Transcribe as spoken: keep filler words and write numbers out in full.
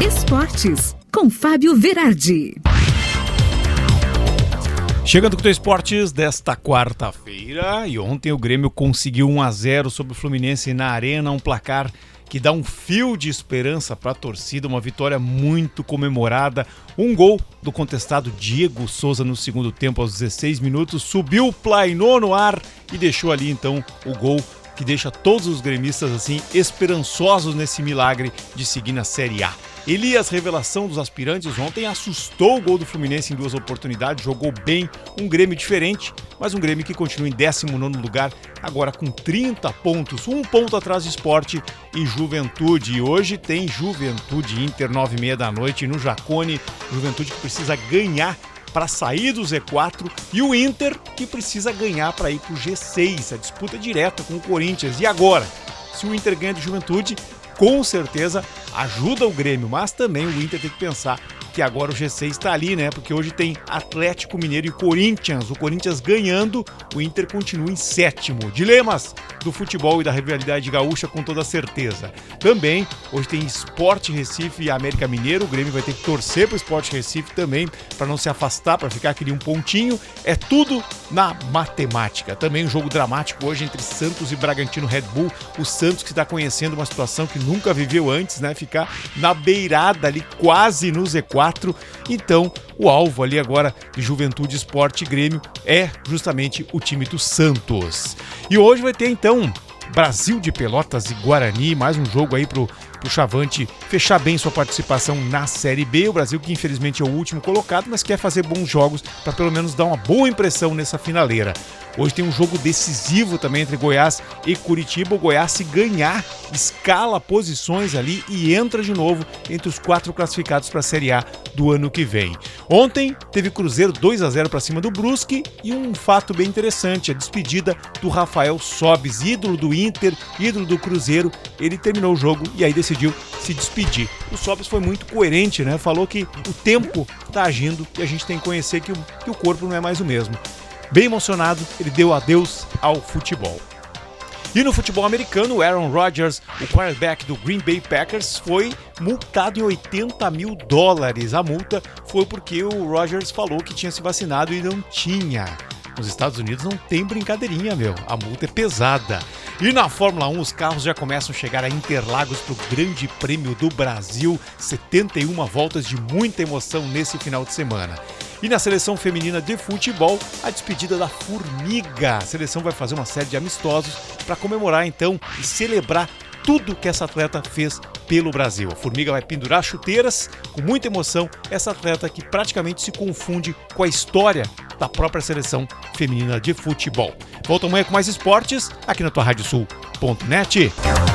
Esportes, com Fábio Verardi. Chegando com o teu Esportes desta quarta-feira, e ontem o Grêmio conseguiu um a zero sobre o Fluminense na Arena, um placar que dá um fio de esperança para a torcida, uma vitória muito comemorada. Um gol do contestado Diego Souza no segundo tempo, aos dezesseis minutos, subiu, plainou no ar e deixou ali então o gol que deixa todos os gremistas assim esperançosos nesse milagre de seguir na Série A. Elias, revelação dos aspirantes, ontem assustou o gol do Fluminense em duas oportunidades, jogou bem, um Grêmio diferente, mas um Grêmio que continua em décimo nono lugar, agora com trinta pontos, um ponto atrás de Sport e Juventude. E hoje tem Juventude Inter, nove e meia da noite, no Jacone. Juventude que precisa ganhar para sair do Z quatro e o Inter que precisa ganhar para ir para o G seis, a disputa direta com o Corinthians. E agora, se o Inter ganha de Juventude, com certeza ajuda o Grêmio, mas também o Inter tem que pensar que agora o G seis está ali, né? Porque hoje tem Atlético Mineiro e Corinthians. O Corinthians ganhando, o Inter continua em sétimo. Dilemas do futebol e da rivalidade gaúcha com toda certeza. Também, hoje tem Sport Recife e América Mineiro. O Grêmio vai ter que torcer para o Sport Recife também, para não se afastar, para ficar aquele um pontinho. É tudo na matemática. Também um jogo dramático hoje entre Santos e Bragantino Red Bull. O Santos que está conhecendo uma situação que nunca viveu antes, né? Ficar na beirada ali, quase no Z quatro. Então, o alvo ali agora de Juventude, Sport e Grêmio é justamente o time do Santos. E hoje vai ter então Brasil de Pelotas e Guarani, mais um jogo aí pro, pro Chavante fechar bem sua participação na Série B. O Brasil que infelizmente é o último colocado, mas quer fazer bons jogos para pelo menos dar uma boa impressão nessa finaleira. Hoje tem um jogo decisivo também entre Goiás e Curitiba. O Goiás, se ganhar, escala posições ali e entra de novo entre os quatro classificados para a Série A do ano que vem. Ontem teve Cruzeiro dois a zero para cima do Brusque e um fato bem interessante, a despedida do Rafael Sobis, ídolo do Inter, ídolo do Cruzeiro. Ele terminou o jogo e aí decidiu se despedir. O Sobis foi muito coerente, né? Falou que o tempo está agindo e a gente tem que conhecer que o, que o corpo não é mais o mesmo. Bem emocionado, ele deu adeus ao futebol. E no futebol americano, o Aaron Rodgers, o quarterback do Green Bay Packers, foi multado em oitenta mil dólares. A multa foi porque o Rodgers falou que tinha se vacinado e não tinha. Nos Estados Unidos não tem brincadeirinha, meu. A multa é pesada. E na Fórmula um, os carros já começam a chegar a Interlagos para o Grande Prêmio do Brasil. setenta e uma voltas de muita emoção nesse final de semana. E na seleção feminina de futebol, a despedida da Formiga. A seleção vai fazer uma série de amistosos para comemorar então e celebrar tudo que essa atleta fez pelo Brasil. A Formiga vai pendurar chuteiras com muita emoção. Essa atleta que praticamente se confunde com a história da própria seleção feminina de futebol. Volto amanhã com mais esportes aqui na tua rádio sul ponto net.